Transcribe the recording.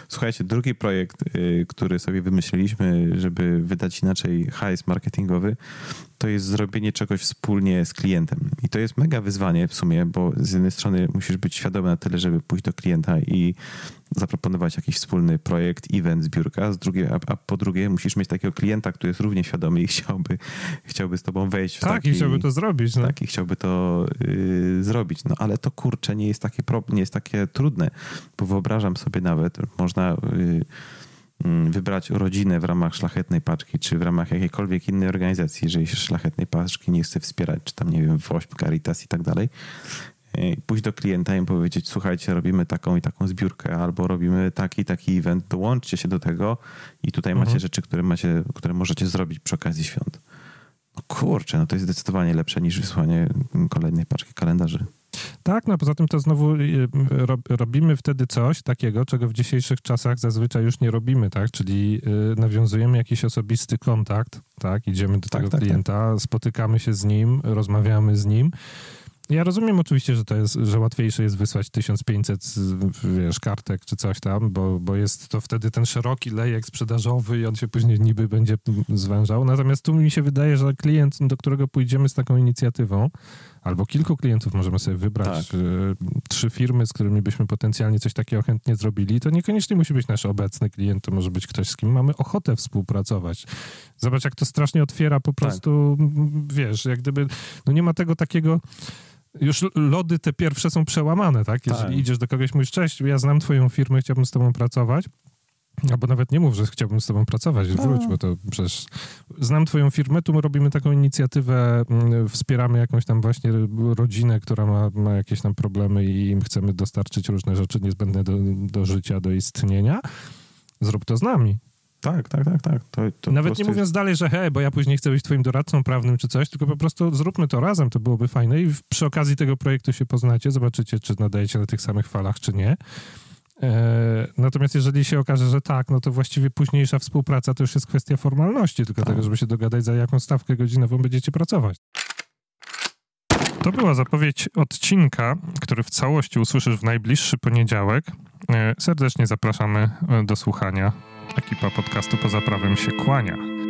Słuchajcie, drugi projekt, który sobie wymyśliliśmy, żeby wydać inaczej hajs marketingowy, to jest zrobienie czegoś wspólnie z klientem. I to jest mega wyzwanie w sumie, bo z jednej strony musisz być świadomy na tyle, żeby pójść do klienta i zaproponować jakiś wspólny projekt, event, zbiórka, a po drugie musisz mieć takiego klienta, który jest równie świadomy i chciałby z tobą wejść w i chciałby to zrobić. No. Tak, i chciałby to zrobić. No ale to kurczę, nie jest takie trudne, bo wyobrażam sobie nawet, można wybrać rodzinę w ramach Szlachetnej Paczki, czy w ramach jakiejkolwiek innej organizacji, jeżeli się Szlachetnej Paczki nie chce wspierać, czy tam, nie wiem, WOŚP, Caritas i tak dalej, pójść do klienta i powiedzieć, słuchajcie, robimy taką i taką zbiórkę, albo robimy taki i taki event, dołączcie się do tego i tutaj macie rzeczy, które możecie zrobić przy okazji świąt. No kurczę, no to jest zdecydowanie lepsze niż wysłanie kolejnej paczki kalendarzy. Tak, no poza tym to znowu robimy wtedy coś takiego, czego w dzisiejszych czasach zazwyczaj już nie robimy, tak? Czyli nawiązujemy jakiś osobisty kontakt, tak? Idziemy do tego klienta, spotykamy się z nim, rozmawiamy z nim. Ja rozumiem oczywiście, że łatwiejsze jest wysłać 1500, kartek czy coś tam, bo jest to wtedy ten szeroki lejek sprzedażowy i on się później niby będzie zwężał. Natomiast tu mi się wydaje, że klient, do którego pójdziemy z taką inicjatywą, albo kilku klientów możemy sobie wybrać, 3 firmy, z którymi byśmy potencjalnie coś takiego chętnie zrobili, to niekoniecznie musi być nasz obecny klient, to może być ktoś, z kim mamy ochotę współpracować. Zobacz, jak to strasznie otwiera po prostu, jak gdyby, nie ma tego takiego. Już lody te pierwsze są przełamane, tak? Jeżeli idziesz do kogoś, mówisz, cześć, ja znam twoją firmę, chciałbym z tobą pracować. Albo nawet nie mów, że chciałbym z tobą pracować, wróć, bo to przecież znam twoją firmę, tu my robimy taką inicjatywę, wspieramy jakąś tam właśnie rodzinę, która ma jakieś tam problemy i im chcemy dostarczyć różne rzeczy niezbędne do życia, do istnienia. Zrób to z nami. Tak. To nawet nie mówiąc dalej, że bo ja później chcę być twoim doradcą prawnym czy coś, tylko po prostu zróbmy to razem, to byłoby fajne i przy okazji tego projektu się poznacie, zobaczycie, czy nadajecie na tych samych falach, czy nie. Natomiast jeżeli się okaże, że tak, no to właściwie późniejsza współpraca to już jest kwestia formalności, tylko tego, żeby się dogadać, za jaką stawkę godzinową będziecie pracować. To była zapowiedź odcinka, który w całości usłyszysz w najbliższy poniedziałek. Serdecznie zapraszamy do słuchania. Ekipa podcastu Poza Prawem się kłania.